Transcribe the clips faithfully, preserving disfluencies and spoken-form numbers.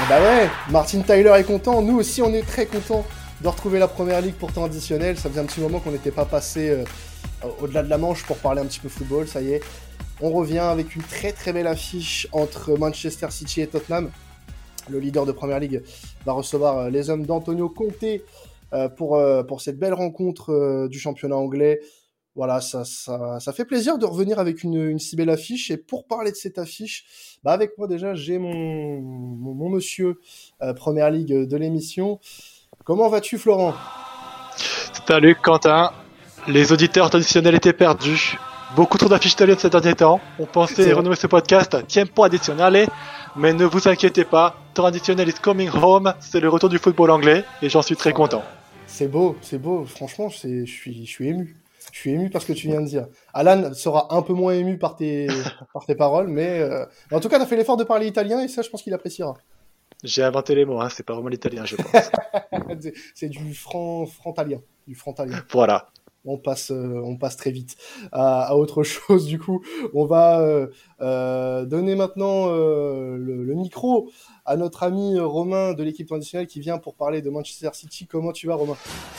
Bah ouais, Martin Tyler est content, nous aussi on est très contents de retrouver la Première Ligue pour temps additionnel. Ça faisait un petit moment qu'on n'était pas passé euh, au-delà de la Manche pour parler un petit peu football, ça y est. On revient avec une très très belle affiche entre Manchester City et Tottenham. Le leader de Première Ligue va recevoir les hommes d'Antonio Conte euh, pour, euh, pour cette belle rencontre euh, du championnat anglais. Voilà, ça, ça, ça fait plaisir de revenir avec une, une si belle affiche. Et pour parler de cette affiche, bah avec moi déjà, j'ai mon, mon, mon monsieur euh, Première Ligue de l'émission. Comment vas-tu, Florent ? Salut Quentin. Les auditeurs traditionnels étaient perdus. Beaucoup trop d'affiches télé de ces derniers temps. On pensait renouveler ce podcast Tiempo Additionnel, mais ne vous inquiétez pas, Traditionnel is coming home. C'est le retour du football anglais et j'en suis très content. C'est beau, c'est beau. Franchement, c'est, je suis, je suis ému. Je suis ému par ce que tu viens de dire. Alan sera un peu moins ému par tes, par tes paroles, mais euh... en tout cas, tu as fait l'effort de parler italien et ça, je pense qu'il appréciera. J'ai inventé les mots, hein. C'est pas vraiment l'italien, je pense. c'est, c'est du franc, franc-talien, du franc-talien. Voilà. On passe, euh, on passe très vite à, à autre chose. Du coup, on va euh, euh, donner maintenant euh, le, le micro à notre ami Romain de l'équipe traditionnelle qui vient pour parler de Manchester City. Comment tu vas, Romain ?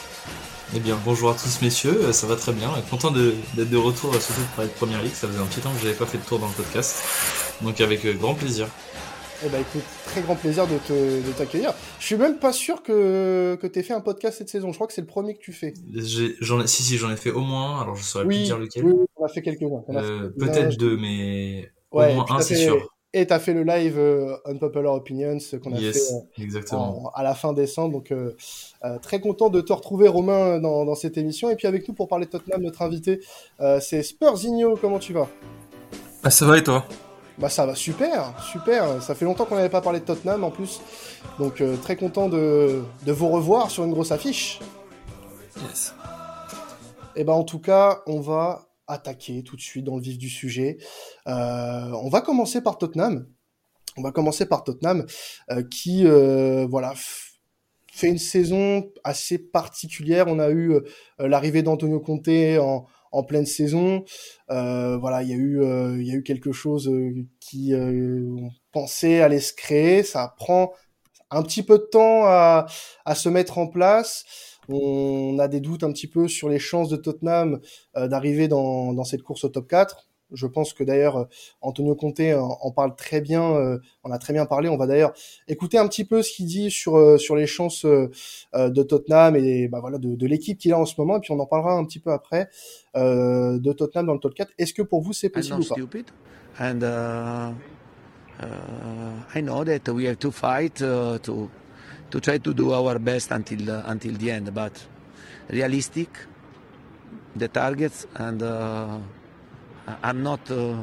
Eh bien, bonjour à tous messieurs, ça va très bien. Content de, d'être de retour, surtout pour parler de Première Ligue. Ça faisait un petit temps que j'avais pas fait de tour dans le podcast, donc avec grand plaisir. Eh ben écoute, très grand plaisir de, te, de t'accueillir. Je suis même pas sûr que, que t'aies fait un podcast cette saison. Je crois que c'est le premier que tu fais. J'ai, j'en ai, si, si, j'en ai fait au moins un. Alors je saurais oui, plus dire lequel. Oui, on a fait quelques-uns. On a euh, fait quelques-uns. Peut-être deux, mais ouais, au moins un, c'est fait... sûr. Et t'as fait le live euh, Unpopular Opinions qu'on a yes, fait euh, exactement. En, à la fin décembre. Donc euh, euh, très content de te retrouver, Romain, dans, dans cette émission. Et puis avec nous pour parler de Tottenham, notre invité, euh, c'est Spurzinho. Comment tu vas ? Bah ça va et toi ? Bah ça va super, super. Ça fait longtemps qu'on n'avait pas parlé de Tottenham en plus. Donc euh, très content de, de vous revoir sur une grosse affiche. Yes. Et ben en tout cas, on va attaquer tout de suite dans le vif du sujet. Euh, on va commencer par Tottenham. On va commencer par Tottenham euh, qui euh, voilà f- fait une saison assez particulière. On a eu euh, l'arrivée d'Antonio Conte en en pleine saison, euh, voilà, il y a eu, euh, il y a eu quelque chose euh, qui euh, on pensait allait se créer. Ça prend un petit peu de temps à, à se mettre en place. On a des doutes un petit peu sur les chances de Tottenham euh, d'arriver dans, dans cette course au top quatre. Je pense que d'ailleurs Antonio Conte en, en parle très bien, euh, on a très bien parlé. On va d'ailleurs écouter un petit peu ce qu'il dit sur euh, sur les chances euh, de Tottenham et bah voilà de, de l'équipe qu'il a en ce moment. Et puis on en parlera un petit peu après euh, de Tottenham dans le top quatre. Est-ce que pour vous c'est possible ou pas? Stupid. And uh, uh, I know that we have to fight uh, to to try to do our best until uh, until the end, but realistic, the targets and. Uh, I'm not uh,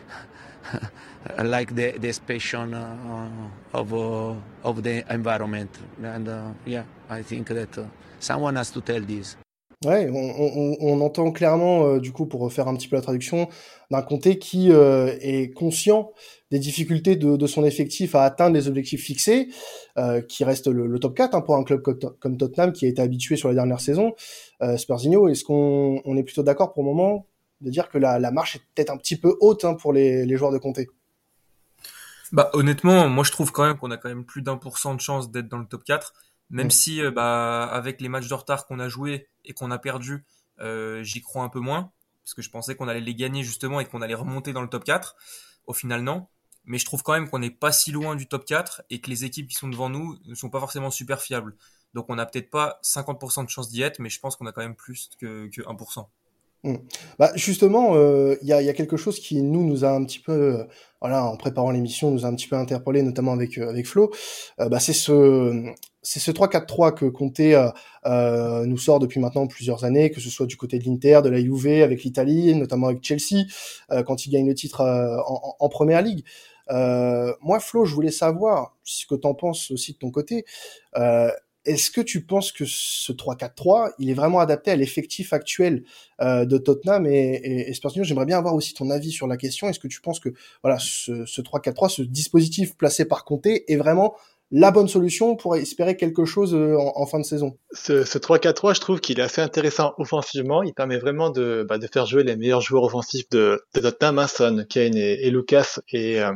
like the, the expression uh, of uh, of the environment, and uh, yeah, I think that uh, someone has to tell this. Ouais, on, on, on entend clairement, euh, du coup, pour faire un petit peu la traduction, d'un Conte qui euh, est conscient des difficultés de, de son effectif à atteindre les objectifs fixés, euh, qui reste le, le top quatre hein, pour un club comme, comme Tottenham qui a été habitué sur les dernières saisons. Euh, Spurzinho, est-ce qu'on on est plutôt d'accord pour le moment de dire que la, la marche est peut-être un petit peu haute hein, pour les, les joueurs de Conte? Bah honnêtement, moi je trouve quand même qu'on a quand même plus d'un pour cent de chance d'être dans le top quatre, même mmh. si euh, bah avec les matchs de retard qu'on a joués et qu'on a perdu, euh, j'y crois un peu moins, parce que je pensais qu'on allait les gagner justement et qu'on allait remonter dans le top quatre. Au final non, mais je trouve quand même qu'on n'est pas si loin du top quatre et que les équipes qui sont devant nous ne sont pas forcément super fiables. Donc on n'a peut-être pas cinquante pour cent de chance d'y être, mais je pense qu'on a quand même plus que, que un pour cent. Mmh. Bah justement, il euh, y, a, y a quelque chose qui nous nous a un petit peu, euh, voilà, en préparant l'émission, nous a un petit peu interpellé, notamment avec euh, avec Flo. Euh, bah c'est ce c'est ce trois quatre trois que Conte euh, euh, nous sort depuis maintenant plusieurs années, que ce soit du côté de l'Inter, de la Juve, avec l'Italie, notamment avec Chelsea, euh, quand il gagne le titre euh, en, en Première Ligue. Euh, moi, Flo, je voulais savoir ce que t'en penses aussi de ton côté. Euh, Est-ce que tu penses que ce trois quatre trois, il est vraiment adapté à l'effectif actuel euh, de Tottenham et, et, et Spurzinho, j'aimerais bien avoir aussi ton avis sur la question. Est-ce que tu penses que voilà ce, ce trois quatre trois, ce dispositif placé par Conte est vraiment la bonne solution pour espérer quelque chose en, en fin de saison? Ce, ce trois quatre trois, je trouve qu'il est assez intéressant offensivement. Il permet vraiment de, bah, de faire jouer les meilleurs joueurs offensifs de, de Tottenham, hein, Son, Kane et, et Lucas, et, euh,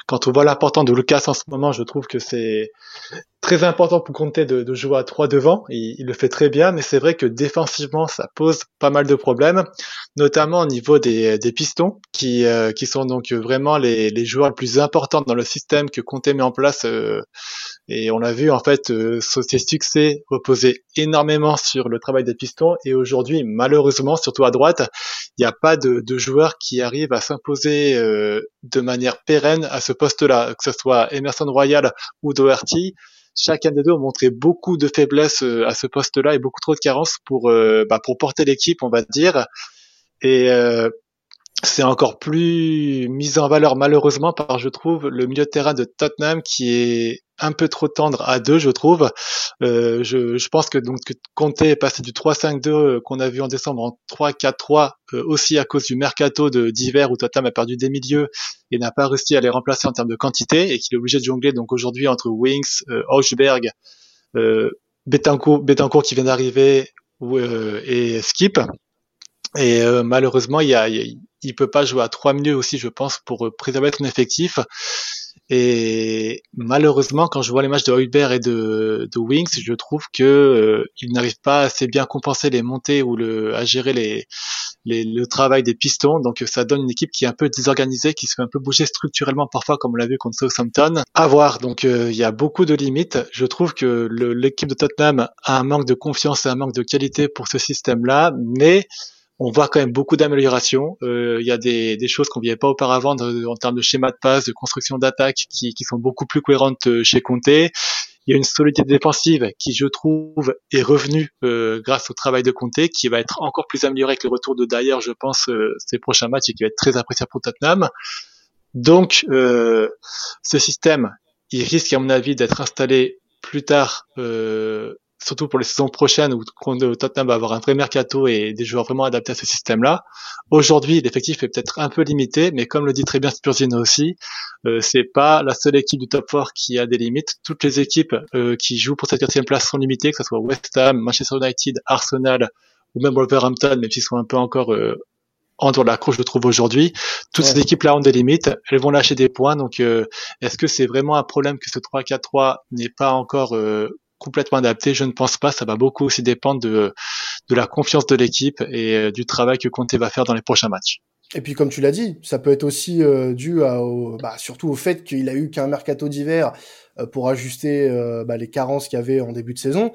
quand on voit l'importance de Lucas en ce moment, je trouve que c'est très important pour Conte de, de jouer à trois devant. Il, il le fait très bien, mais c'est vrai que défensivement, ça pose pas mal de problèmes, notamment au niveau des, des pistons, qui, euh, qui sont donc vraiment les, les joueurs les plus importants dans le système que Conte met en place. Euh, et on l'a vu, en fait, euh, ses succès reposaient énormément sur le travail des pistons. Et aujourd'hui, malheureusement, surtout à droite, il n'y a pas de, de joueurs qui arrivent à s'imposer euh, de manière pérenne à ce poste-là, que ce soit Emerson Royal ou Doherty. Chacun des deux ont montré beaucoup de faiblesses euh, à ce poste-là et beaucoup trop de carences pour euh, bah, pour porter l'équipe, on va dire. Et euh, c'est encore plus mis en valeur malheureusement par, je trouve, le milieu de terrain de Tottenham qui est un peu trop tendre à deux, je trouve. Euh, je, je pense que donc Conte est passé du trois cinq deux qu'on a vu en décembre en trois quatre trois euh, aussi à cause du mercato de d'hiver où Tottenham a perdu des milieux et n'a pas réussi à les remplacer en termes de quantité et qu'il est obligé de jongler donc aujourd'hui entre Winks, euh, Højbjerg, euh, Betancourt, Betancourt qui vient d'arriver euh, et Skip. Et euh, malheureusement, il y a, il, il peut pas jouer à trois milieux aussi, je pense, pour euh, préserver son effectif. Et malheureusement, quand je vois les matchs de Højbjerg et de, de Winks, je trouve que euh, il n'arrive pas assez bien à compenser les montées ou le, à gérer les, les, le travail des pistons. Donc ça donne une équipe qui est un peu désorganisée, qui se fait un peu bouger structurellement parfois, comme on l'a vu contre Southampton. À voir. Donc euh, il y a beaucoup de limites. Je trouve que le, l'équipe de Tottenham a un manque de confiance et un manque de qualité pour ce système-là, mais on voit quand même beaucoup d'améliorations. Euh, il y a des, des choses qu'on ne voyait pas auparavant de, en termes de schéma de passe, de construction d'attaque, qui, qui sont beaucoup plus cohérentes chez Conte. Il y a une solidité défensive qui, je trouve, est revenue euh, grâce au travail de Conte, qui va être encore plus amélioré avec le retour de Dyer, je pense, euh, ces prochains matchs et qui va être très appréciable pour Tottenham. Donc, euh, ce système, il risque, à mon avis, d'être installé plus tard, euh, surtout pour les saisons prochaines où Tottenham va avoir un vrai mercato et des joueurs vraiment adaptés à ce système-là. Aujourd'hui, l'effectif est peut-être un peu limité, mais comme le dit très bien Spursino aussi, euh, c'est pas la seule équipe du top quatre qui a des limites. Toutes les équipes euh, qui jouent pour cette quatrième place sont limitées, que ce soit West Ham, Manchester United, Arsenal ou même Wolverhampton, même s'ils sont un peu encore euh, en dehors de la course, je trouve, aujourd'hui. Toutes ouais. ces équipes-là ont des limites, elles vont lâcher des points, donc euh, est-ce que c'est vraiment un problème que ce trois quatre trois n'est pas encore euh, complètement adapté? Je ne pense pas, ça va beaucoup aussi dépendre de, de la confiance de l'équipe et euh, du travail que Conte va faire dans les prochains matchs. Et puis comme tu l'as dit, ça peut être aussi euh, dû à, au, bah, surtout au fait qu'il a eu qu'un mercato d'hiver euh, pour ajuster euh, bah, les carences qu'il y avait en début de saison.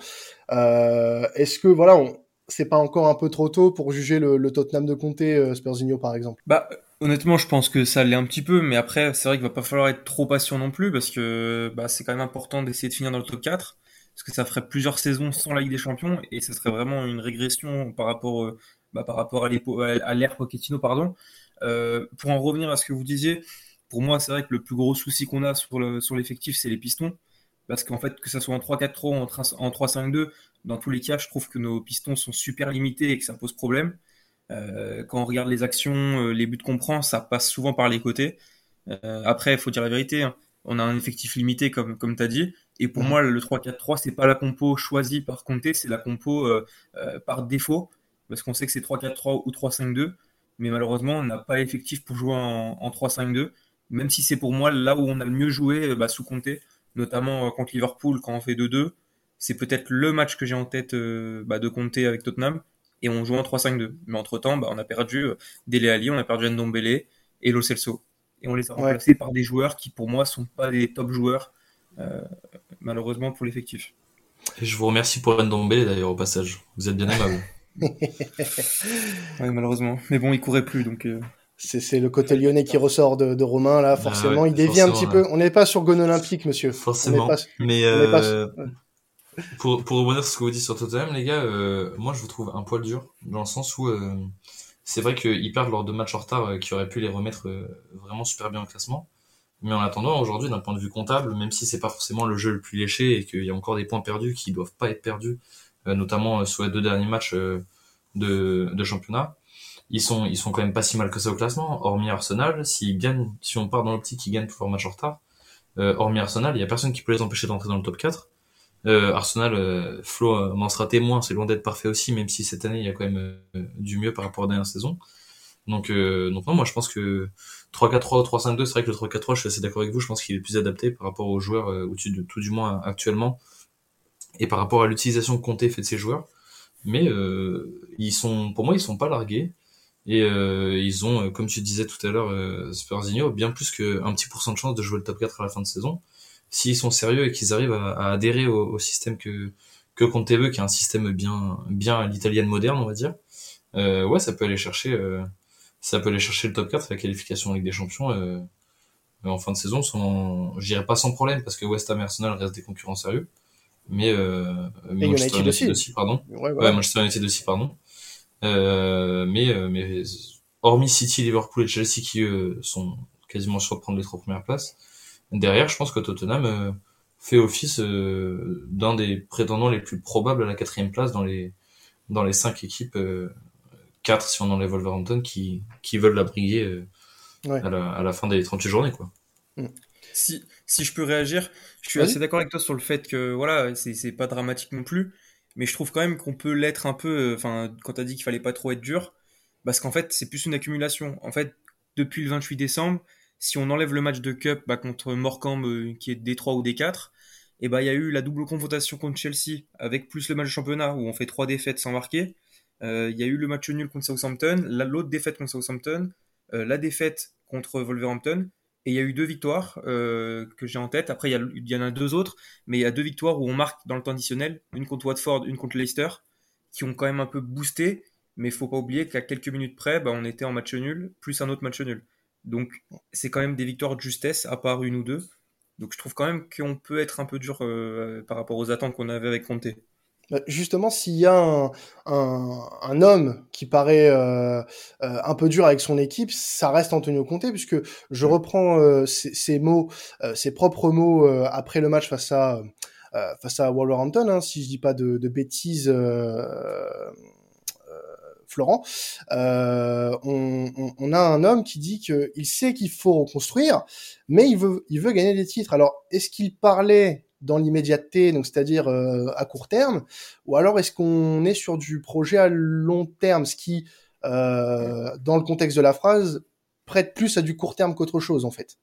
Euh, est-ce que voilà, on, c'est pas encore un peu trop tôt pour juger le, le Tottenham de Conte, euh, Spursino par exemple? Bah honnêtement, je pense que ça l'est un petit peu, mais après c'est vrai qu'il va pas falloir être trop patient non plus parce que bah c'est quand même important d'essayer de finir dans le top quatre. Parce que ça ferait plusieurs saisons sans la Ligue des Champions et ce serait vraiment une régression par rapport, euh, bah, par rapport à, à l'ère Pochettino, pardon. Euh, pour en revenir à ce que vous disiez, pour moi, c'est vrai que le plus gros souci qu'on a sur, le, sur l'effectif, c'est les pistons. Parce qu'en fait, que ça soit en trois quatre trois ou en trois cinq deux, dans tous les cas, je trouve que nos pistons sont super limités et que ça pose problème. Euh, quand on regarde les actions, les buts qu'on prend, ça passe souvent par les côtés. Euh, après, il faut dire la vérité, hein, on a un effectif limité, comme, comme tu as dit. Et pour mmh. moi, le trois quatre trois, c'est pas la compo choisie par Conte, c'est la compo euh, euh, par défaut, parce qu'on sait que c'est trois quatre trois ou trois cinq deux, mais malheureusement, on n'a pas l'effectif pour jouer en, en trois cinq deux, même si c'est pour moi là où on a le mieux joué bah, sous Conte, notamment euh, contre Liverpool, quand on fait deux deux, c'est peut-être le match que j'ai en tête euh, bah, de Conte avec Tottenham, et on joue en trois cinq deux. Mais entre-temps, bah, on a perdu euh, Dele Alli, on a perdu Ndombele et Lo Celso, et on les a remplacés ouais. par des joueurs qui, pour moi, sont pas des top joueurs, Euh, malheureusement pour l'effectif. Et je vous remercie pour Ndombele d'ailleurs au passage. Vous êtes bien aimable. Ouais, malheureusement. Mais bon, il courait plus donc. Euh... C'est, c'est le côté lyonnais qui ressort de, de Romain là. Forcément, ah ouais, il dévie un petit ouais. peu. On n'est pas sur Gone Olympique, monsieur. Forcément. Pas... Mais euh... pas... pour pour rebondir sur ce que vous dites sur Tottenham, les gars, euh, moi je vous trouve un poil dur dans le sens où euh, c'est vrai qu'ils perdent lors de matchs en retard euh, qui auraient pu les remettre euh, vraiment super bien au classement. Mais en attendant, aujourd'hui, d'un point de vue comptable, même si c'est pas forcément le jeu le plus léché et qu'il y a encore des points perdus qui doivent pas être perdus, euh, notamment euh, sur les deux derniers matchs euh, de, de championnat, ils sont, ils sont quand même pas si mal que ça au classement. Hormis Arsenal, s'ils gagnent, si on part dans l'optique, ils gagnent tous leurs matchs en retard. Euh, hormis Arsenal, il y a personne qui peut les empêcher d'entrer dans le top quatre. Euh, Arsenal, euh, Flo m'en sera témoin, c'est loin d'être parfait aussi, même si cette année il y a quand même euh, du mieux par rapport à la dernière saison. Donc, euh, donc non, moi je pense que trois quatre trois ou trois cinq deux, c'est vrai que le trois quatre trois, je suis assez d'accord avec vous, je pense qu'il est plus adapté par rapport aux joueurs, euh, au-dessus de tout du moins actuellement, et par rapport à l'utilisation que Conte fait de ses joueurs. Mais euh, ils sont, pour moi, ils sont pas largués. Et euh, ils ont, euh, comme tu disais tout à l'heure, euh, Spursinho, bien plus qu'un petit pourcent de chance de jouer le top quatre à la fin de saison. S'ils sont sérieux et qu'ils arrivent à, à adhérer au, au système que que Conte veut, qui est un système bien bien à l'italienne moderne, on va dire, euh, ouais, ça peut aller chercher, euh, ça peut aller chercher le top quatre, la qualification en Ligue des Champions euh, en fin de saison, sans, je dirais pas sans problème, parce que West Ham et Arsenal restent des concurrents sérieux, mais euh, Et Manchester United United aussi. aussi, pardon. Ouais, Ouais, voilà. Manchester United aussi, pardon. Euh, mais, euh, mais hormis City, Liverpool et Chelsea qui eux, sont quasiment sûrs de prendre les trois premières places, derrière, je pense que Tottenham euh, fait office euh, d'un des prétendants les plus probables à la quatrième place dans les dans les cinq équipes, euh, quatre si on enlève Wolverhampton, qui qui veulent la briguer euh, Ouais. à la à la fin des trente-huit journées, quoi. Si, si je peux réagir, je suis Vas-y. assez d'accord avec toi sur le fait que voilà, c'est, c'est pas dramatique non plus, mais je trouve quand même qu'on peut l'être un peu, enfin, quand t'as dit qu'il fallait pas trop être dur, parce qu'en fait, c'est plus une accumulation. En fait, depuis le vingt-huit décembre, si on enlève le match de Cup bah, contre Morecambe, euh, qui est D trois ou D quatre, et bah, il y a eu la double confrontation contre Chelsea, avec plus le match de championnat, où on fait trois défaites sans marquer. Euh, Il y a eu le match nul contre Southampton, la, l'autre défaite contre Southampton, euh, la défaite contre Wolverhampton, et il y a eu deux victoires euh, que j'ai en tête. Après, il y, a, il y en a deux autres, mais il y a deux victoires où on marque dans le temps additionnel, une contre Watford, une contre Leicester, qui ont quand même un peu boosté. Mais il faut pas oublier qu'à quelques minutes près, bah, on était en match nul, plus un autre match nul. Donc, c'est quand même des victoires de justesse, à part une ou deux. Donc, je trouve quand même qu'on peut être un peu dur euh, par rapport aux attentes qu'on avait avec Conte. Bah, justement, s'il y a un, un, un homme qui paraît euh, euh, un peu dur avec son équipe, ça reste Antonio Conte, puisque je reprends euh, ses, ses mots, euh, ses propres mots euh, après le match face à euh, face à Wolverhampton, hein, si je dis pas de, de bêtises. Euh, Florent, euh, on, on, on a un homme qui dit qu'il sait qu'il faut reconstruire, mais il veut, il veut gagner des titres. Alors, est-ce qu'il parlait dans l'immédiateté, donc c'est-à-dire euh, à court terme, ou alors est-ce qu'on est sur du projet à long terme, ce qui, euh, dans le contexte de la phrase, prête plus à du court terme qu'autre chose, en fait?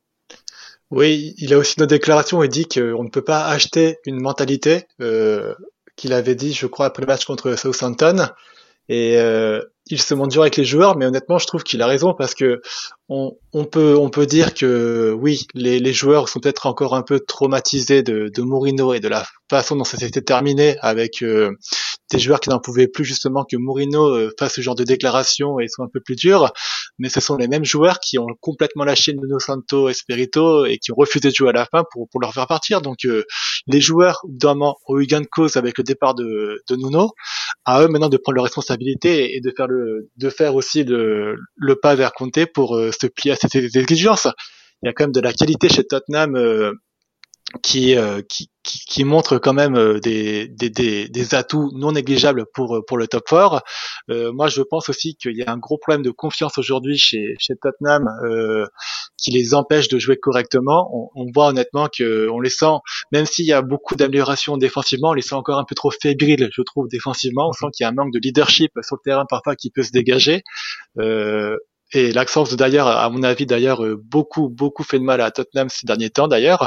Oui, il a aussi une déclaration, il dit qu'on ne peut pas acheter une mentalité, euh, qu'il avait dit, je crois, après le match contre Southampton. Et euh, il se montre dur avec les joueurs, mais honnêtement, je trouve qu'il a raison parce que on, on peut on peut dire que oui, les, les joueurs sont peut-être encore un peu traumatisés de, de Mourinho et de la façon dont ça s'était terminé avec euh, des joueurs qui n'en pouvaient plus justement que Mourinho euh, fasse ce genre de déclaration et soit un peu plus dur. Mais ce sont les mêmes joueurs qui ont complètement lâché Nuno Santo et Spirito et qui ont refusé de jouer à la fin pour pour leur faire partir. Donc euh, les joueurs, évidemment, ont eu gain de cause avec le départ de, de Nuno. À eux maintenant de prendre leurs responsabilités et de faire le, de faire aussi le, le pas vers Conte pour euh, se plier à ces exigences. Il y a quand même de la qualité chez Tottenham euh, qui, euh, qui, qui, qui montre quand même euh, des, des, des, des atouts non négligeables pour, pour le top quatre. Euh, moi, je pense aussi qu'il y a un gros problème de confiance aujourd'hui chez, chez Tottenham euh, qui les empêche de jouer correctement. On, on voit honnêtement que on les sent, même s'il y a beaucoup d'améliorations défensivement, on les sent encore un peu trop fébriles, je trouve, défensivement. On sent qu'il y a un manque de leadership sur le terrain parfois qui peut se dégager. Euh, et l'absence de d'ailleurs, à mon avis, d'ailleurs, beaucoup, beaucoup fait de mal à Tottenham ces derniers temps, d'ailleurs.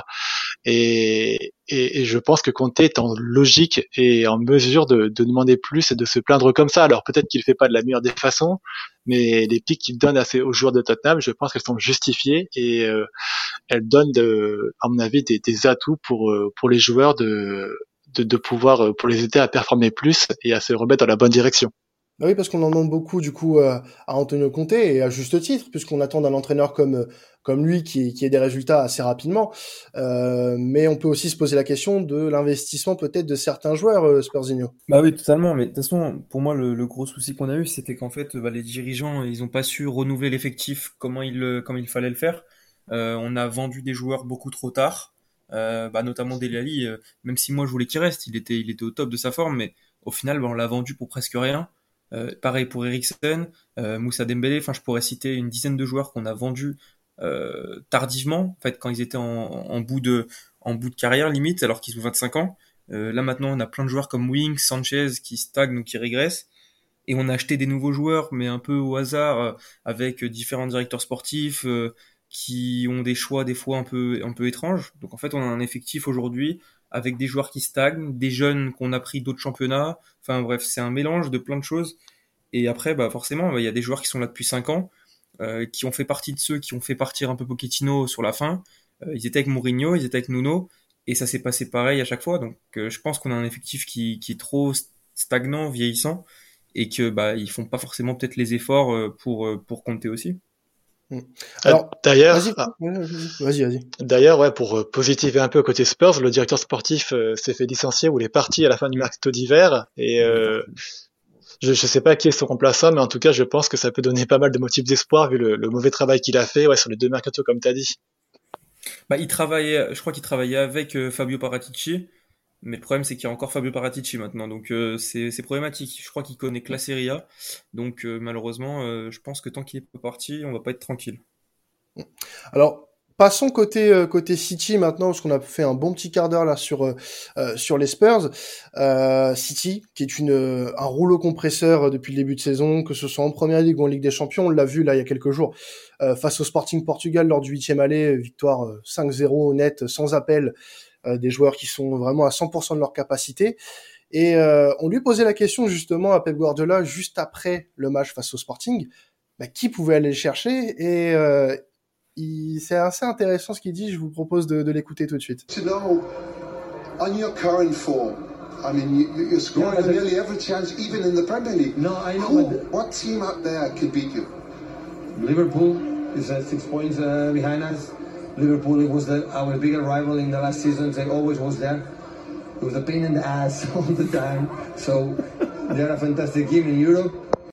Et, et, et je pense que Conte est en logique et en mesure de, de demander plus et de se plaindre comme ça. Alors peut-être qu'il ne fait pas de la meilleure des façons, mais les pics qu'il donne à ces, aux joueurs de Tottenham, je pense qu'elles sont justifiées et euh, elles donnent, de, à mon avis, des, des atouts pour pour les joueurs de, de de pouvoir pour les aider à performer plus et à se remettre dans la bonne direction. Bah oui, parce qu'on en demande beaucoup du coup euh, à Antonio Conte et à juste titre, puisqu'on attend d'un entraîneur comme comme lui qui qui ait des résultats assez rapidement. Euh, mais on peut aussi se poser la question de l'investissement peut-être de certains joueurs, euh, Spursinho. Bah oui, totalement. Mais de toute façon, pour moi, le, le gros souci qu'on a eu, c'était qu'en fait, bah, les dirigeants, ils ont pas su renouveler l'effectif comment il comme il fallait le faire. Euh, on a vendu des joueurs beaucoup trop tard, euh, bah, notamment Dele Alli. Euh, même si moi je voulais qu'il reste, il était il était au top de sa forme, mais au final, bah, on l'a vendu pour presque rien. Euh, pareil pour Eriksen, euh, Moussa Dembélé. Enfin, je pourrais citer une dizaine de joueurs qu'on a vendus euh, tardivement, en fait, quand ils étaient en, en bout de en bout de carrière limite, alors qu'ils ont vingt-cinq ans. Euh, là maintenant, on a plein de joueurs comme Wings, Sanchez qui stagnent ou qui régressent. et on a acheté des nouveaux joueurs, mais un peu au hasard, euh, avec différents directeurs sportifs euh, qui ont des choix des fois un peu un peu étranges. Donc en fait, on a un effectif aujourd'hui avec des joueurs qui stagnent, des jeunes qu'on a pris d'autres championnats. Enfin bref, c'est un mélange de plein de choses. Et après, bah forcément, il y a des joueurs qui sont là depuis cinq ans, euh, qui ont fait partie de ceux qui ont fait partir un peu Pochettino sur la fin. Euh, ils étaient avec Mourinho, ils étaient avec Nuno, et ça s'est passé pareil à chaque fois. Donc euh, je pense qu'on a un effectif qui, qui est trop stagnant, vieillissant, et que bah ils font pas forcément peut-être les efforts euh, pour euh, pour compter aussi. Alors, d'ailleurs, vas-y, ah, vas-y, vas-y. D'ailleurs, ouais, pour positiver un peu côté Spurs, le directeur sportif euh, s'est fait licencier ou il est parti à la fin du mercato d'hiver et euh, je, je sais pas qui est son remplaçant, mais en tout cas, je pense que ça peut donner pas mal de motifs d'espoir vu le, le mauvais travail qu'il a fait, ouais, sur les deux mercatos comme t'as dit. Bah, il travaillait, je crois qu'il travaillait avec euh, Fabio Paratici, mais le problème c'est qu'il y a encore Fabio Paratici maintenant, donc euh, c'est c'est problématique. Je crois qu'il connaît que la Serie A, donc euh, malheureusement, euh, je pense que tant qu'il est pas parti, on va pas être tranquille. Alors, passons côté euh, côté City maintenant, parce qu'on a fait un bon petit quart d'heure là sur euh, sur les Spurs. Euh, City, qui est une un rouleau compresseur depuis le début de saison, que ce soit en Première Ligue ou en Ligue des Champions. On l'a vu là il y a quelques jours euh, face au Sporting Portugal lors du huitième aller, victoire euh, cinq zéro net, sans appel, euh, des joueurs qui sont vraiment à cent pour cent de leur capacité. Et euh, on lui posait la question justement à Pep Guardiola juste après le match face au Sporting, bah, qui pouvait aller le chercher et euh, Il, c'est assez intéressant ce qu'il dit, je vous propose de, de l'écouter tout de suite. To know, on your current form, I mean, you, you're scoring no, nearly every chance, even in the Premier League. No, I know. Who, the, what team out there could beat you? Liverpool is uh, six points uh, behind us. Liverpool, it was the, our bigger rival in the last season. They always was there. It was a pain in the ass all the time. So they're a fantastic team in Europe.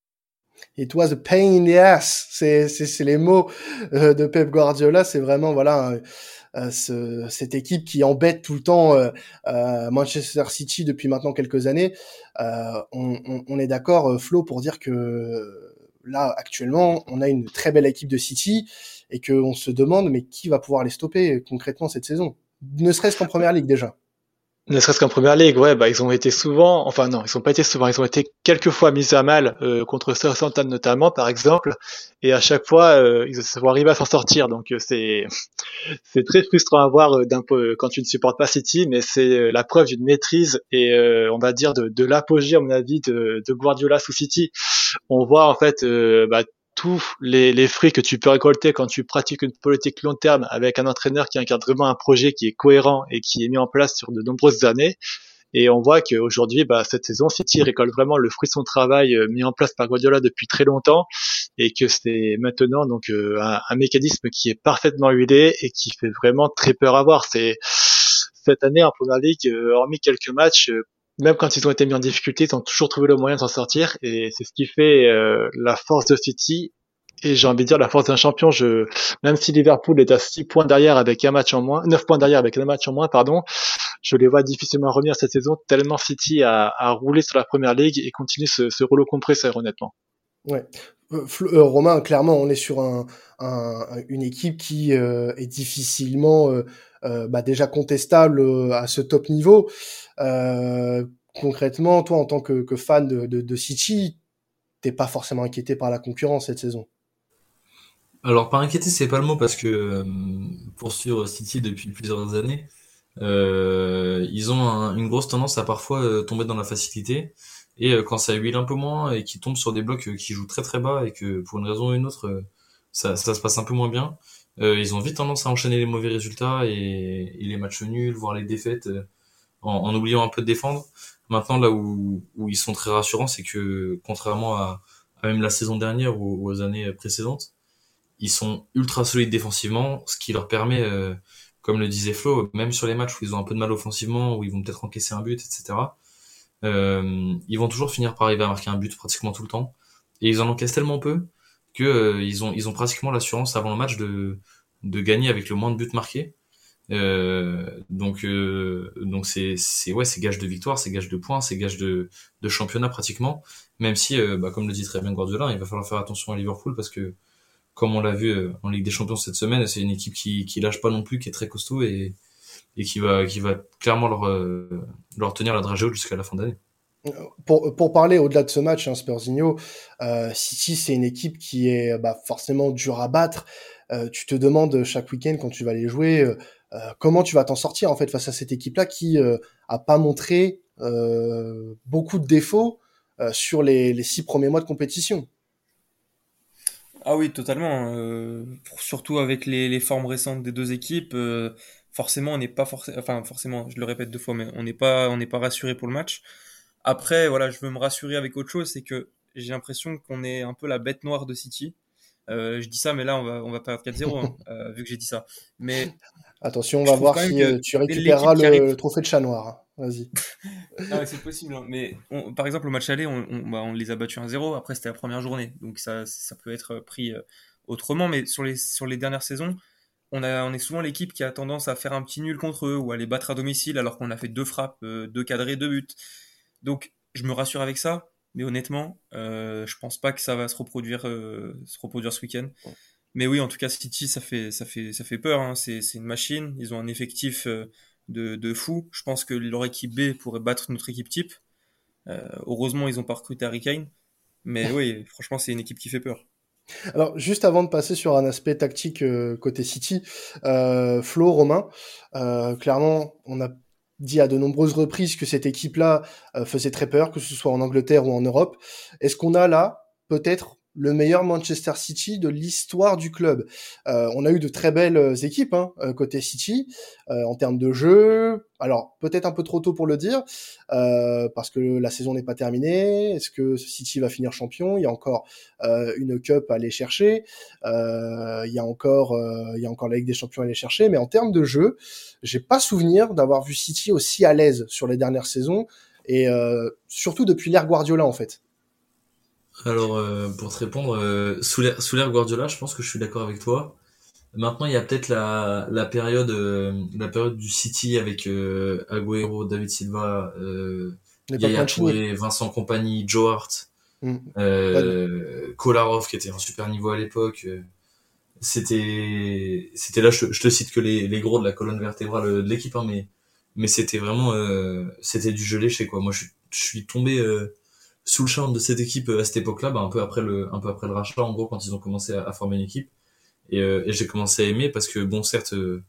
It was a pain in the ass. C'est, c'est, c'est les mots euh, de Pep Guardiola. C'est vraiment, voilà, euh, ce, cette équipe qui embête tout le temps euh, euh, Manchester City depuis maintenant quelques années. Euh, on, on, on est d'accord, Flo, pour dire que là, actuellement, on a une très belle équipe de City et qu'on se demande, mais qui va pouvoir les stopper concrètement cette saison? Ne serait-ce qu'en Première Ligue déjà. Ne serait-ce qu'en Première Ligue, ouais, bah ils ont été souvent, enfin non, ils ont pas été souvent, ils ont été quelques fois mis à mal euh, contre Southampton notamment, par exemple, et à chaque fois euh, ils vont arriver à s'en sortir. Donc euh, c'est c'est très frustrant à voir euh, d'un peu quand tu ne supportes pas City, mais c'est euh, la preuve d'une maîtrise et euh, on va dire de, de l'apogée à mon avis de, de Guardiola sous City. On voit en fait euh, bah, tous les, les fruits que tu peux récolter quand tu pratiques une politique long terme avec un entraîneur qui incarne vraiment un projet qui est cohérent et qui est mis en place sur de nombreuses années. Et on voit qu'aujourd'hui, bah, cette saison, City récolte vraiment le fruit de son travail euh, mis en place par Guardiola depuis très longtemps et que c'est maintenant donc euh, un, un mécanisme qui est parfaitement huilé et qui fait vraiment très peur à voir. C'est cette année en Première Ligue, euh, hormis quelques matchs, euh, même quand ils ont été mis en difficulté, ils ont toujours trouvé le moyen de s'en sortir et c'est ce qui fait euh, la force de City et j'ai envie de dire la force d'un champion. Je, même si Liverpool est à six points derrière avec un match en moins, neuf points derrière avec un match en moins, pardon, je les vois difficilement revenir cette saison tellement City a, a roulé sur la Première Ligue et continue ce, ce rouleau compresseur honnêtement. Ouais. Euh, euh, Romain, clairement, on est sur un, un, une équipe qui euh, est difficilement euh, euh, bah, déjà contestable euh, à ce top niveau. Euh, concrètement, toi, en tant que, que fan de, de, de City, t'es pas forcément inquiété par la concurrence cette saison? Alors, pas inquiété, c'est pas le mot parce que euh, pour suivre City depuis plusieurs années, euh, ils ont un, une grosse tendance à parfois euh, tomber dans la facilité. Et euh, quand ça huile un peu moins et qu'ils tombent sur des blocs euh, qui jouent très très bas et que pour une raison ou une autre, euh, ça, ça se passe un peu moins bien, euh, ils ont vite tendance à enchaîner les mauvais résultats et, et les matchs nuls, voire les défaites, euh, en, en oubliant un peu de défendre. Maintenant, là où, où ils sont très rassurants, c'est que contrairement à, à même la saison dernière ou aux années précédentes, ils sont ultra solides défensivement, ce qui leur permet, euh, comme le disait Flo, même sur les matchs où ils ont un peu de mal offensivement, où ils vont peut-être encaisser un but, et cetera, euh, ils vont toujours finir par arriver à marquer un but pratiquement tout le temps. Et ils en encaissent tellement peu que euh, ils ont ils ont pratiquement l'assurance avant le match de de gagner avec le moins de buts marqués. Euh, donc euh, donc c'est c'est ouais c'est gage de victoire, c'est gage de points, c'est gage de de championnat pratiquement. Même si euh, bah comme le dit très bien Guardiola, il va falloir faire attention à Liverpool parce que comme on l'a vu euh, en Ligue des Champions cette semaine, c'est une équipe qui qui lâche pas non plus, qui est très costaud et et qui va qui va clairement leur euh, leur tenir la dragée haute jusqu'à la fin d'année. Pour, pour parler au-delà de ce match, hein, Spursinho, euh, City, c'est une équipe qui est bah, forcément dure à battre. Euh, tu te demandes chaque week-end quand tu vas les jouer, euh, comment tu vas t'en sortir en fait face à cette équipe-là qui euh, a pas montré euh, beaucoup de défauts euh, sur les, les six premiers mois de compétition. Ah oui, totalement. Euh, pour- surtout avec les, les formes récentes des deux équipes, euh, forcément, on n'est pas forcément, enfin forcément, je le répète deux fois, mais on n'est pas, on n'est pas rassuré pour le match. Après, voilà, je veux me rassurer avec autre chose, c'est que j'ai l'impression qu'on est un peu la bête noire de City. Euh, je dis ça, mais là, on va, on va perdre quatre zéro, hein, euh, vu que j'ai dit ça. Mais Attention, on je va trouve voir quand même si euh, que tu c'est récupéreras l'équipe qui arrive. le, le trophée de chat noir. hein. Vas-y. Non, mais c'est possible, hein. Mais on- par exemple, au match aller, on, on, bah, on les a battus un zéro. Après, c'était la première journée, donc ça, ça peut être pris euh, autrement. Mais sur les, sur les dernières saisons, on a, on est souvent l'équipe qui a tendance à faire un petit nul contre eux ou à les battre à domicile alors qu'on a fait deux frappes, euh, deux cadrés, deux buts. Donc, je me rassure avec ça. Mais honnêtement, euh, je pense pas que ça va se reproduire, euh, se reproduire ce week-end. Mais oui, en tout cas, City, ça fait, ça fait, ça fait peur, hein. C'est, c'est une machine. Ils ont un effectif euh, de, de fou. Je pense que leur équipe B pourrait battre notre équipe type. Euh, heureusement, ils ont pas recruté Harry Kane. Mais oui, franchement, c'est une équipe qui fait peur. Alors, juste avant de passer sur un aspect tactique euh, côté City, euh, Flo, Romain, euh, clairement, on a dit à de nombreuses reprises que cette équipe-là euh, faisait très peur, que ce soit en Angleterre ou en Europe. Est-ce qu'on a là, peut-être, le meilleur Manchester City de l'histoire du club? euh, On a eu de très belles équipes hein, côté City, euh, en termes de jeu. Alors, peut-être un peu trop tôt pour le dire, euh, parce que la saison n'est pas terminée. Est-ce que City va finir champion? Il y a encore euh, une cup à aller chercher. Euh, il y a encore, euh, il y a encore la Ligue des Champions à aller chercher. Mais en termes de jeu, j'ai pas souvenir d'avoir vu City aussi à l'aise sur les dernières saisons et euh, surtout depuis l'ère Guardiola en fait. Alors, euh, pour te répondre, euh, sous l'ère sous l'ère Guardiola, je pense que je suis d'accord avec toi. Maintenant, il y a peut-être la la période euh, la période du City avec euh, Agüero, David Silva, euh, Yaya Touré, Vincent Kompany, Joe Hart, mmh. euh, Kolarov qui était un super niveau à l'époque. C'était c'était là, je, je te cite que les les gros de la colonne vertébrale de l'équipe, hein, mais mais c'était vraiment euh, c'était du jeu léché quoi. Moi, je, je suis tombé euh, sous le charme de cette équipe à cette époque-là, bah, un peu après le un peu après le rachat, en gros, quand ils ont commencé à, à former une équipe. Et, euh, et j'ai commencé à aimer parce que bon, certes, euh,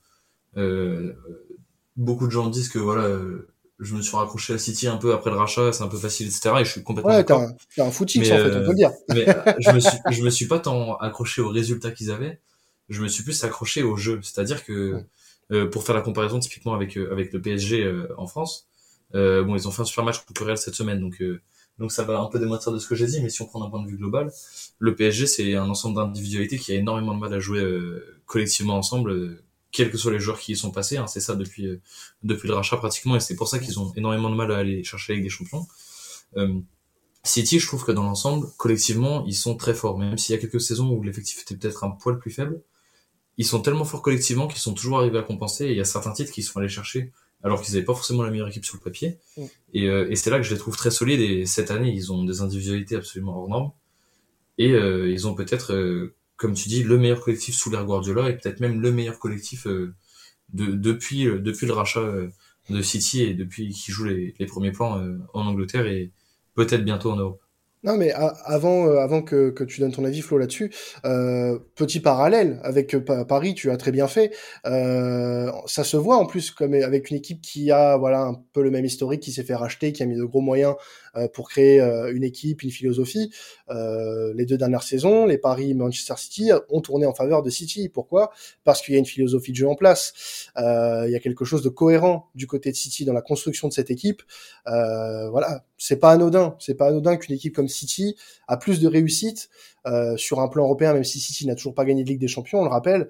euh, beaucoup de gens disent que voilà, euh, je me suis raccroché à City un peu après le rachat, c'est un peu facile, et cetera. Et je suis complètement ouais, d'accord. Ouais, t'es un, un footix en fait, on peut le dire. Mais je me suis, je me suis pas tant accroché aux résultats qu'ils avaient. Je me suis plus accroché au jeu. C'est-à-dire que ouais. euh, pour faire la comparaison typiquement avec euh, avec le P S G euh, en France, euh, bon, ils ont fait un super match contre le Real cette semaine, donc euh, donc ça va un peu démentir de ce que j'ai dit. Mais si on prend d'un point de vue global, le P S G c'est un ensemble d'individualités qui a énormément de mal à jouer euh, collectivement ensemble. Euh, quels que soient les joueurs qui y sont passés, hein, c'est ça depuis euh, depuis le rachat pratiquement, et c'est pour ça qu'ils ont énormément de mal à aller chercher la Ligue des Champions. Euh, City, je trouve que dans l'ensemble, collectivement, ils sont très forts, même s'il y a quelques saisons où l'effectif était peut-être un poil plus faible, ils sont tellement forts collectivement qu'ils sont toujours arrivés à compenser, et il y a certains titres qu'ils sont allés chercher, alors qu'ils n'avaient pas forcément la meilleure équipe sur le papier, mmh. et, euh, et c'est là que je les trouve très solides, et cette année, ils ont des individualités absolument hors normes, et euh, ils ont peut-être, euh, comme tu dis, le meilleur collectif sous l'ère Guardiola, et peut-être même le meilleur collectif euh, de, depuis, euh, depuis le rachat euh, de City, et depuis qu'ils jouent les, les premiers plans euh, en Angleterre, et peut-être bientôt en Europe. Non, mais a- avant, euh, avant que, que tu donnes ton avis, Flo, là-dessus, euh, petit parallèle avec euh, Pa- Paris, tu as très bien fait. Euh, ça se voit en plus comme avec une équipe qui a voilà un peu le même historique, qui s'est fait racheter, qui a mis de gros moyens euh, pour créer euh, une équipe, une philosophie. Euh, les deux dernières saisons, les Paris et Manchester City ont tourné en faveur de City. Pourquoi? Parce qu'il y a une philosophie de jeu en place. Euh, il y a quelque chose de cohérent du côté de City dans la construction de cette équipe. Euh, voilà, c'est pas anodin. C'est pas anodin qu'une équipe comme City a plus de réussite euh, sur un plan européen, même si City n'a toujours pas gagné de Ligue des Champions, on le rappelle.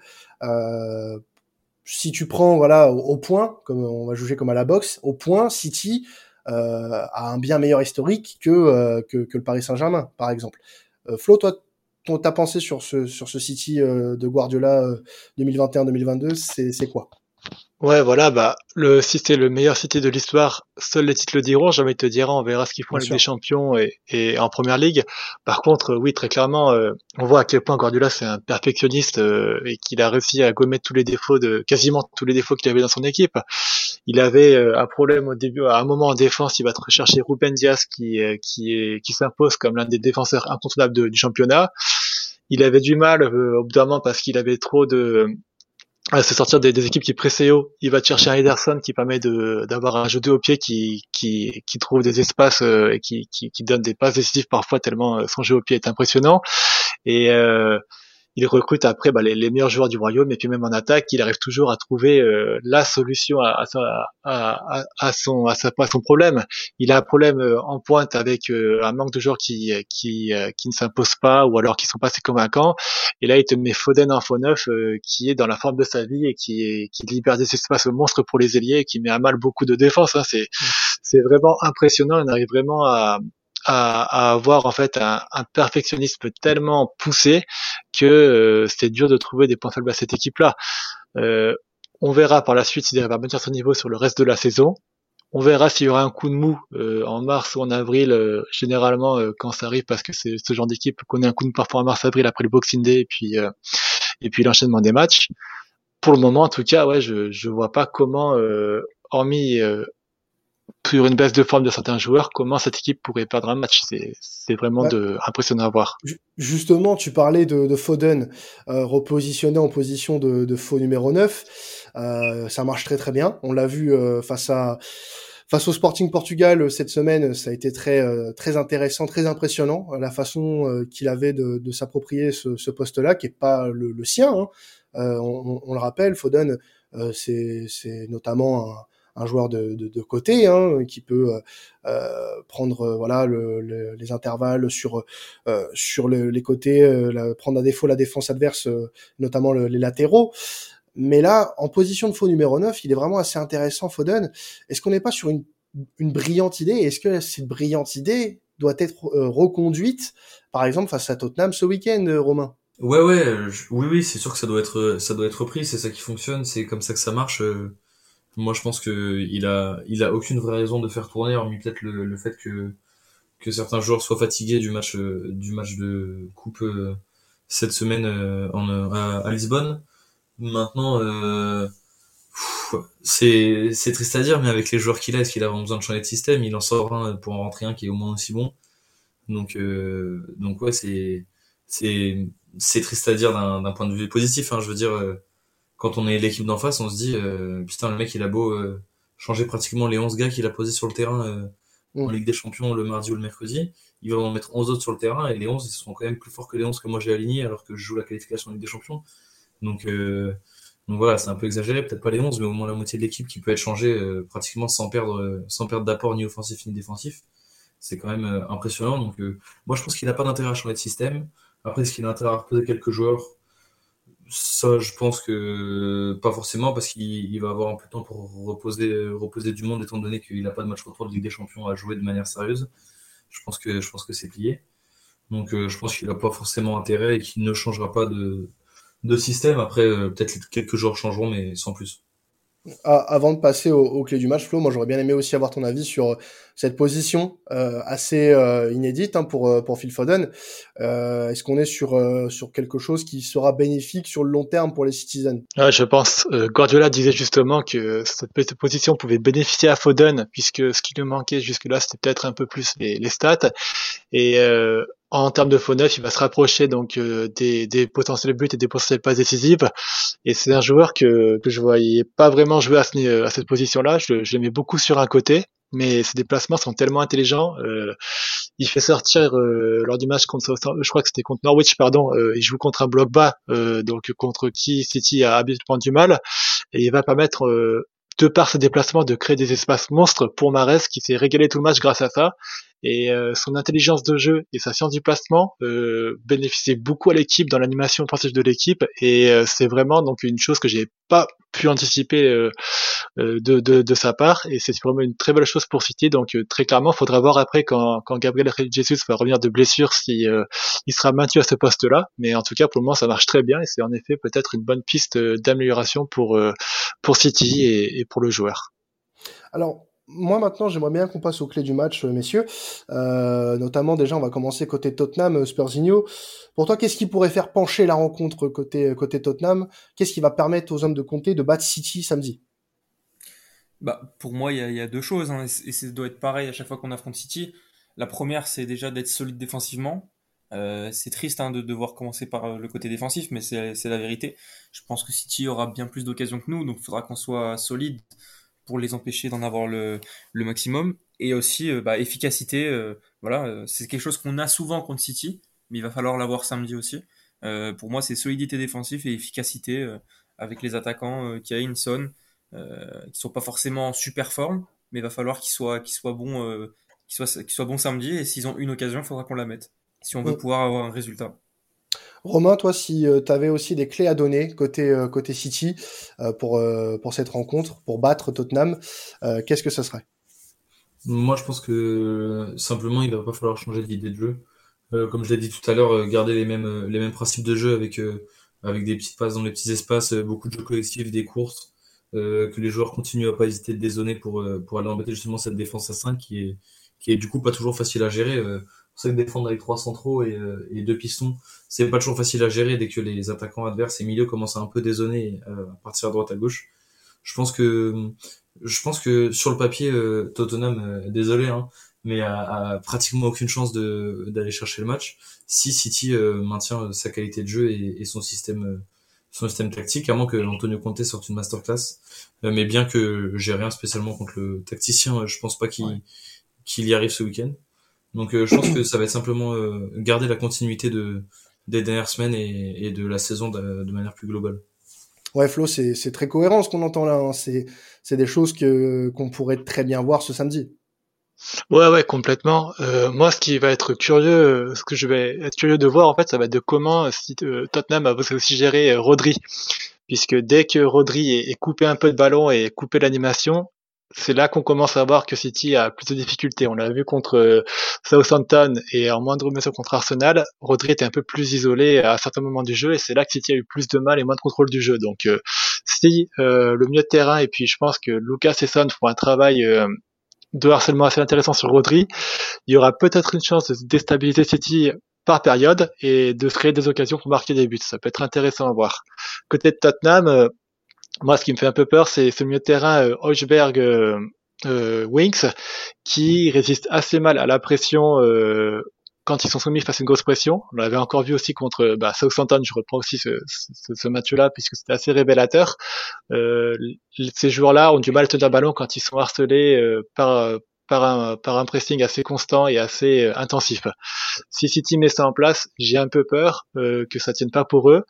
Euh, si tu prends voilà au, au point, comme on va juger comme à la boxe, au point, City euh, a un bien meilleur historique que, euh, que que le Paris Saint-Germain, par exemple. Euh, Flo, toi, ton ta pensée sur ce sur ce City euh, de Guardiola euh, deux mille vingt et un deux mille vingt-deux, c'est c'est quoi? Ouais, voilà, bah, le, si c'est le meilleur City de l'histoire, seuls les titres le diront, jamais te dira, on verra ce qu'ils font en Ligue des Champions et, et en Première Ligue. Par contre, oui, très clairement, euh, on voit à quel point Guardiola c'est un perfectionniste euh, et qu'il a réussi à gommer tous les défauts de, quasiment tous les défauts qu'il avait dans son équipe. il avait euh, un problème au début, à un moment en défense, il va rechercher Ruben Dias qui euh, qui est qui s'impose comme l'un des défenseurs incontournables de, du championnat. Il avait du mal euh, au bout d'un moment parce qu'il avait trop de à se sortir des, des équipes qui pressaient haut. Il va chercher un Ederson qui permet de d'avoir un jeu de haut pied qui qui qui trouve des espaces euh, et qui, qui qui donne des passes décisives parfois tellement euh, son jeu au pied est impressionnant. Et euh, il recrute après bah, les, les meilleurs joueurs du royaume et puis même en attaque, il arrive toujours à trouver euh, la solution à, à, à, à, à son à, sa, à son problème. Il a un problème euh, en pointe avec euh, un manque de joueurs qui qui euh, qui ne s'imposent pas ou alors qui sont pas assez convaincants. Et là, il te met Foden en faux neuf euh, qui est dans la forme de sa vie et qui est qui libère des espaces monstres pour les ailiers et qui met à mal beaucoup de défense. Hein. C'est c'est vraiment impressionnant. On arrive vraiment à À, à avoir en fait un, un perfectionnisme tellement poussé que euh, c'est dur de trouver des points faibles à cette équipe-là. Euh, on verra par la suite s'il va maintenir son niveau sur le reste de la saison. On verra s'il y aura un coup de mou euh, en mars ou en avril, euh, généralement euh, quand ça arrive, parce que c'est ce genre d'équipe connaît un coup de mou parfois en mars-avril après le Boxing Day et puis euh, et puis l'enchaînement des matchs. Pour le moment, en tout cas, ouais, je je vois pas comment, euh, hormis euh, sur une baisse de forme de certains joueurs, comment cette équipe pourrait perdre un match. C'est, c'est vraiment ouais. de, impressionnant à voir. Justement, tu parlais de, de Foden euh, repositionné en position de, de faux numéro neuf. Euh, ça marche très très bien. On l'a vu euh, face à face au Sporting Portugal cette semaine. Ça a été très euh, très intéressant, très impressionnant la façon euh, qu'il avait de, de s'approprier ce, ce poste-là, qui est pas le, le sien. Hein. Euh, on, on le rappelle, Foden, euh, c'est, c'est notamment un un joueur de, de, de côté hein, qui peut euh, prendre euh, voilà le, le, les intervalles sur euh, sur le, les côtés, euh, la, prendre à défaut la défense adverse, euh, notamment le, les latéraux. Mais là, en position de faux numéro neuf, il est vraiment assez intéressant, Foden. Est-ce qu'on n'est pas sur une, une brillante idée ? Est-ce que cette brillante idée doit être euh, reconduite, par exemple, face à Tottenham ce week-end, euh, Romain ? Ouais, ouais, je, oui, oui, c'est sûr que ça doit être, ça doit être repris. C'est ça qui fonctionne, c'est comme ça que ça marche. Euh... Moi, je pense que il a, il a aucune vraie raison de faire tourner, hormis peut-être le, le fait que que certains joueurs soient fatigués du match, euh, du match de coupe euh, cette semaine euh, en à, à Lisbonne. Maintenant, euh, pff, c'est c'est triste à dire, mais avec les joueurs qu'il a, est-ce qu'il a vraiment besoin de changer de système ? Il en sort un pour en rentrer un qui est au moins aussi bon. Donc euh, donc ouais, c'est c'est c'est triste à dire d'un d'un point de vue positif. Hein, je veux dire. Euh, Quand on est l'équipe d'en face, on se dit euh, putain, le mec il a beau euh, changer pratiquement les onze gars qu'il a posés sur le terrain euh, mmh. en Ligue des Champions le mardi ou le mercredi, il va en mettre onze autres sur le terrain et les onze ils sont quand même plus forts que les onze que moi j'ai alignés alors que je joue la qualification en Ligue des Champions. Donc euh, donc voilà, c'est un peu exagéré, peut-être pas les onze mais au moins la moitié de l'équipe qui peut être changée euh, pratiquement sans perdre euh, sans perdre d'apport ni offensif ni défensif. C'est quand même euh, impressionnant. Donc euh, moi je pense qu'il n'a pas d'intérêt à changer de système. Après est-ce qu'il a intérêt à reposer quelques joueurs ? Ça, je pense que pas forcément parce qu'il il va avoir un peu de temps pour reposer, reposer du monde étant donné qu'il n'a pas de match retour de Ligue des Champions à jouer de manière sérieuse. Je pense que, je pense que c'est plié. Donc, euh, je pense qu'il n'a pas forcément intérêt et qu'il ne changera pas de, de système. Après, euh, peut-être quelques joueurs changeront, mais sans plus. Ah, avant de passer aux, aux clés du match, Flo, moi j'aurais bien aimé aussi avoir ton avis sur cette position euh, assez euh, inédite hein, pour pour Phil Foden. Euh, est-ce qu'on est sur euh, sur quelque chose qui sera bénéfique sur le long terme pour les Citizens ? Ouais, je pense. Euh, Guardiola disait justement que cette position pouvait bénéficier à Foden puisque ce qui lui manquait jusque-là c'était peut-être un peu plus les, les stats et euh, en termes de faux neuf, il va se rapprocher donc euh, des, des potentiels buts et des potentielles passes décisives. Et c'est un joueur que que je voyais pas vraiment jouer à, ce, à cette position-là. Je, je l'aimais beaucoup sur un côté, mais ses déplacements sont tellement intelligents. Euh, il fait sortir euh, lors du match contre, je crois que c'était contre Norwich, pardon. Euh, il joue contre un bloc bas, euh, donc contre qui City a habituellement du mal, et il va permettre euh, de par ses déplacements de créer des espaces monstres pour Mahrez qui s'est régalé tout le match grâce à ça. Et euh, son intelligence de jeu et sa science du placement euh, bénéficiaient beaucoup à l'équipe dans l'animation offensive de l'équipe et euh, c'est vraiment donc une chose que j'ai pas pu anticiper euh, euh, de, de, de sa part et c'est vraiment une très belle chose pour City. Donc euh, très clairement, il faudra voir après quand, quand Gabriel Jesus va revenir de blessure si euh, il sera maintenu à ce poste-là. Mais en tout cas, pour le moment, ça marche très bien et c'est en effet peut-être une bonne piste d'amélioration pour euh, pour City et, et pour le joueur. Alors moi maintenant j'aimerais bien qu'on passe aux clés du match, messieurs. Euh, notamment déjà on va commencer côté Tottenham, Spursinho. Pour toi, qu'est-ce qui pourrait faire pencher la rencontre côté côté Tottenham ? Qu'est-ce qui va permettre aux hommes de Conte de battre City samedi ? Bah, pour moi, il y a, il y a deux choses, hein, et ça doit être pareil à chaque fois qu'on affronte City. La première, c'est déjà d'être solide défensivement. Euh, c'est triste hein, de devoir commencer par euh, le côté défensif, mais c'est, c'est la vérité. Je pense que City aura bien plus d'occasions que nous, donc il faudra qu'on soit solide pour les empêcher d'en avoir le, le maximum. Et aussi, euh, bah, efficacité. Euh, voilà, euh, c'est quelque chose qu'on a souvent contre City, mais il va falloir l'avoir samedi aussi. Euh, pour moi, c'est solidité défensive et efficacité euh, avec les attaquants euh, Kane, Son, euh, qui sont pas forcément en super forme, mais il va falloir qu'ils soient, qu'ils soient bons, euh, qu'ils soient, qu'ils soient bons samedi. Et s'ils ont une occasion, il faudra qu'on la mette si on veut Mm. pouvoir avoir un résultat. Romain, toi, si tu avais aussi des clés à donner côté, euh, côté City euh, pour, euh, pour cette rencontre, pour battre Tottenham, euh, qu'est-ce que ça serait? Moi, je pense que simplement, il va pas falloir changer d'idée de jeu. Euh, comme je l'ai dit tout à l'heure, euh, garder les mêmes, euh, les mêmes principes de jeu avec, euh, avec des petites passes dans les petits espaces, euh, beaucoup de jeux collectifs, des courses, euh, que les joueurs continuent à pas hésiter de dézonner pour, euh, pour aller embêter justement cette défense à cinq qui est, qui est du coup pas toujours facile à gérer. Euh, c'est que défendre avec trois centraux et, euh, et deux pistons, c'est pas toujours facile à gérer dès que les attaquants adverses et milieux commencent à un peu dézonner, euh, à partir à droite à gauche. Je pense que je pense que sur le papier, euh, Tottenham, euh, désolé, hein, mais a, a pratiquement aucune chance de d'aller chercher le match si City euh, maintient sa qualité de jeu et, et son système euh, son système tactique, à moins que Antonio Conte sorte une masterclass. Euh, mais bien que j'ai rien spécialement contre le tacticien, euh, je pense pas qu'il Ouais. qu'il y arrive ce week-end. Donc euh, je pense que ça va être simplement euh, garder la continuité de des dernières semaines et, et de la saison de, de manière plus globale. Ouais, Flo, c'est c'est très cohérent ce qu'on entend là, hein. C'est c'est des choses que qu'on pourrait très bien voir ce samedi. Ouais, ouais, complètement. Euh, moi, ce qui va être curieux, euh, ce que je vais être curieux de voir, en fait, ça va être de comment euh, si, euh, Tottenham va aussi gérer euh, Rodri, puisque dès que Rodri est, est coupé un peu de ballon et coupé l'animation, c'est là qu'on commence à voir que City a plus de difficultés. On l'a vu contre euh, Southampton et en moindre mesure contre Arsenal. Rodri était un peu plus isolé à certains moments du jeu et c'est là que City a eu plus de mal et moins de contrôle du jeu. Donc, euh, si euh, le milieu de terrain et puis je pense que Lucas et Son font un travail euh, de harcèlement assez intéressant sur Rodri, il y aura peut-être une chance de déstabiliser City par période et de se créer des occasions pour marquer des buts. Ça peut être intéressant à voir. Côté de Tottenham, euh, moi, ce qui me fait un peu peur, c'est ce milieu de terrain euh, Højbjerg euh, euh, Winks qui résiste assez mal à la pression euh, quand ils sont soumis face à une grosse pression. On l'avait encore vu aussi contre bah, Southampton. Je reprends aussi ce, ce, ce match-là puisque c'était assez révélateur. Euh, ces joueurs-là ont du mal à tenir le ballon quand ils sont harcelés euh, par par un, par un pressing assez constant et assez euh, intensif. Si City met ça en place, j'ai un peu peur euh, que ça tienne pas pour eux.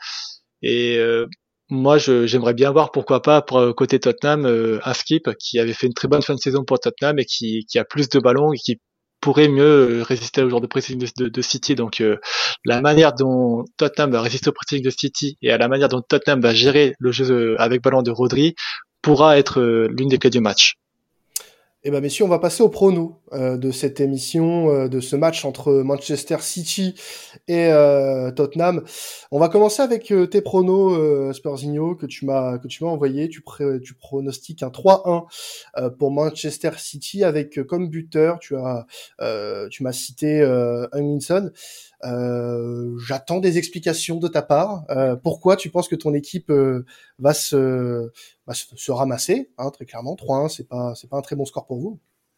Et euh, moi, je, j'aimerais bien voir, pourquoi pas, pour euh, côté Tottenham, euh, un Skip qui avait fait une très bonne fin de saison pour Tottenham et qui, qui a plus de ballons et qui pourrait mieux euh, résister au genre de pressing de, de, de City. Donc, euh, la manière dont Tottenham va résister au pressing de City et à la manière dont Tottenham va gérer le jeu euh, avec ballon de Rodri pourra être euh, l'une des clés du match. Eh ben messieurs, on va passer au prono euh, de cette émission, euh, de ce match entre Manchester City et euh, Tottenham. On va commencer avec euh, tes pronos, euh, Spursigno, que tu m'as que tu m'as envoyé. Tu, pré- tu pronostiques un trois un euh, pour Manchester City avec euh, comme buteur, tu as euh, tu m'as cité euh, Hung-min-Son. Euh, j'attends des explications de ta part. Euh, pourquoi tu penses que ton équipe euh, va se va se, se ramasser, hein, très clairement. trois un, c'est pas c'est pas un très bon score pour vous.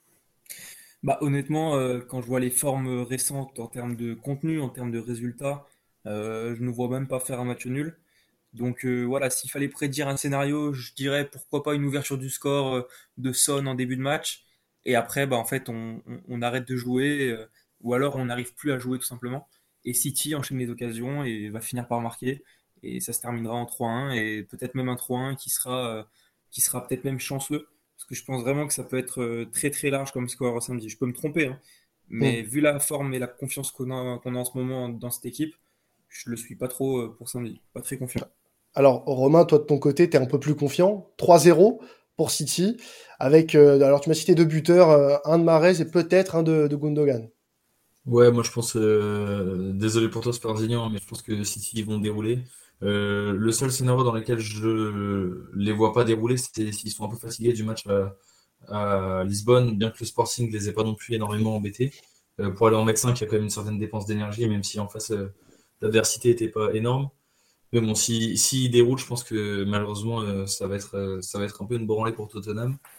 Bah, honnêtement, euh, quand je vois les formes récentes en termes de contenu, en termes de résultats, euh, je ne vois même pas faire un match nul. Donc euh, voilà, s'il fallait prédire un scénario, je dirais pourquoi pas une ouverture du score euh, de Son en début de match. Et après, bah, en fait, on, on- on arrête de jouer, euh, ou alors on n'arrive plus à jouer tout simplement. Et City enchaîne les occasions et va finir par marquer. Et ça se terminera en trois un, et peut-être même un trois un qui sera, euh, qui sera peut-être même chanceux. Parce que je pense vraiment que ça peut être euh, très très large comme score samedi. Je peux me tromper, hein. Hmm. Mais vu la forme et la confiance qu'on a, qu'on a en ce moment dans cette équipe, je le suis pas trop euh, pour samedi. Pas très confiant. Alors Romain, toi de ton côté, t'es un peu plus confiant. trois zéro pour City, avec euh, alors tu m'as cité deux buteurs, euh, un de Mahrez et peut-être un de, de Gundogan. Ouais, moi je pense, euh, désolé pour toi Sparsignan, mais je pense que City ils vont dérouler. Euh, le seul scénario dans lequel je les vois pas dérouler, c'est s'ils sont un peu fatigués du match à, à Lisbonne, bien que le Sporting les ait pas non plus énormément embêtés. Euh, pour aller en mettre cinq, il y a quand même une certaine dépense d'énergie, même si en face euh, l'adversité était pas énorme. Mais bon, si s'ils déroulent, je pense que malheureusement euh, ça va être euh, ça va être un peu une branlée pour Tottenham.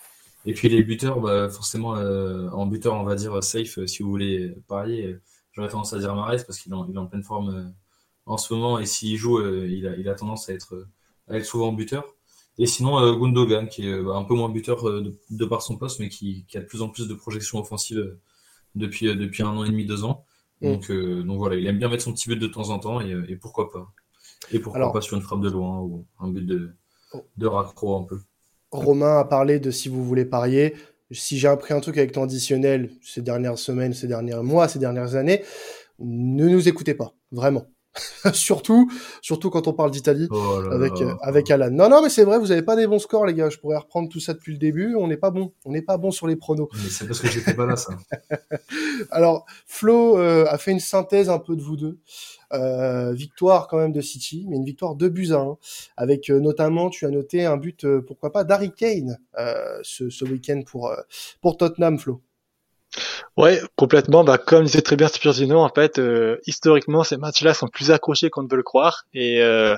Et puis les buteurs, bah, forcément, euh, en buteur, on va dire safe, euh, si vous voulez parier, euh, j'aurais tendance à dire Mahrez parce qu'il est en, il est en pleine forme euh, en ce moment et s'il joue, euh, il, a, il a tendance à être, euh, à être souvent buteur. Et sinon, euh, Gundogan, qui est euh, un peu moins buteur euh, de, de par son poste, mais qui, qui a de plus en plus de projections offensives euh, depuis, euh, depuis un an et demi, deux ans. Donc, mm. euh, donc voilà, il aime bien mettre son petit but de temps en temps et, et pourquoi pas. Et pourquoi Alors, pas sur une frappe de loin ou un but de, de raccro un peu. Romain a parlé de si vous voulez parier. Si j'ai appris un truc avec temps additionnel ces dernières semaines, ces derniers mois, ces dernières années, ne nous écoutez pas, vraiment. surtout, surtout quand on parle d'Italie oh avec euh, avec Alan. Non, non, mais c'est vrai, vous avez pas des bons scores, les gars. Je pourrais reprendre tout ça depuis le début. On n'est pas bon, on n'est pas bon sur les pronos. Mais c'est parce que j'étais pas là, ça. Alors, Flo euh, a fait une synthèse un peu de vous deux. Euh, victoire quand même de City, mais une victoire deux buts à un, avec euh, notamment, tu as noté un but, euh, pourquoi pas, d'Harry Kane euh, ce, ce week-end pour euh, pour Tottenham, Flo. Ouais, complètement. Bah, comme disait très bien Spursino, en fait, euh, historiquement, ces matchs-là sont plus accrochés qu'on ne veut le croire, et euh,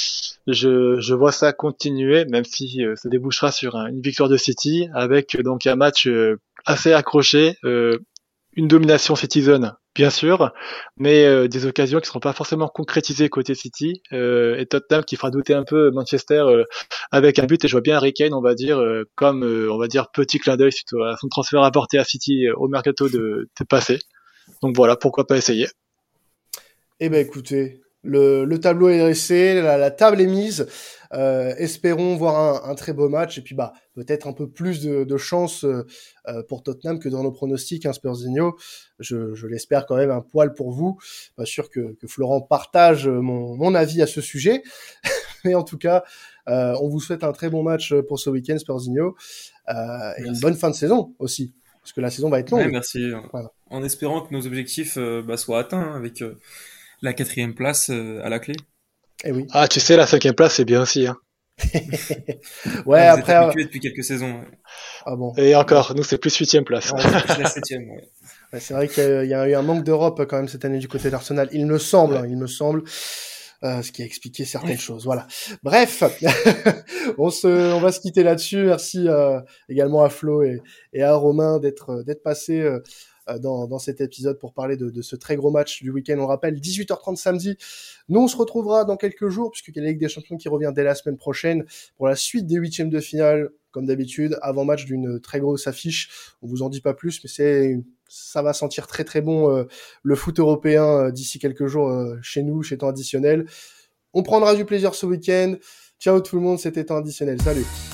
je, je vois ça continuer, même si euh, ça débouchera sur un, une victoire de City, avec euh, donc un match euh, assez accroché, euh, une domination Citizen, bien sûr, mais euh, des occasions qui ne seront pas forcément concrétisées côté City, euh, et Tottenham qui fera douter un peu Manchester euh, avec un but, et je vois bien Harry Kane, on va dire, euh, comme euh, on va dire petit clin d'œil suite à son transfert apporté à City euh, au mercato de, de passé. Donc voilà, pourquoi pas essayer. Eh ben écoutez, le, le tableau est dressé, la, la table est mise. Euh, espérons voir un, un très beau match et puis bah peut-être un peu plus de, de chance euh, pour Tottenham que dans nos pronostics, hein, Spursinho. Je, je l'espère quand même un poil pour vous. Pas sûr que, que Florent partage mon, mon avis à ce sujet, mais en tout cas, euh, on vous souhaite un très bon match pour ce week-end, Spursinho, euh, et une bonne fin de saison aussi, parce que la saison va être longue. Ouais, merci. Voilà. En espérant que nos objectifs euh, bah, soient atteints hein, avec euh, la quatrième place euh, à la clé. Eh oui. Ah, tu sais, la cinquième place, c'est bien aussi. Hein. ouais, ah, après. Vous êtes habitués depuis quelques saisons. Ouais. Ah bon. Et encore, nous, c'est plus huitième place. Ouais, c'est plus la septième, ouais. Ouais, c'est vrai qu'il y a, il y a eu un manque d'Europe quand même cette année du côté d'Arsenal. Il me semble, ouais. hein, il me semble. Euh, ce qui a expliqué certaines ouais. choses. Voilà. Bref, on se, on va se quitter là-dessus. Merci euh, également à Flo et, et à Romain d'être, d'être passés. Euh, Dans, dans cet épisode pour parler de, de ce très gros match du week-end. On rappelle, dix-huit heures trente samedi. Nous, on se retrouvera dans quelques jours, puisqu'il y a la Ligue des Champions qui revient dès la semaine prochaine pour la suite des huitièmes de finale, comme d'habitude, avant match d'une très grosse affiche. On vous en dit pas plus, mais c'est, ça va sentir très très bon euh, le foot européen euh, d'ici quelques jours euh, chez nous, chez Temps Additionnel. On prendra du plaisir ce week-end. Ciao tout le monde, c'était Temps Additionnel. Salut.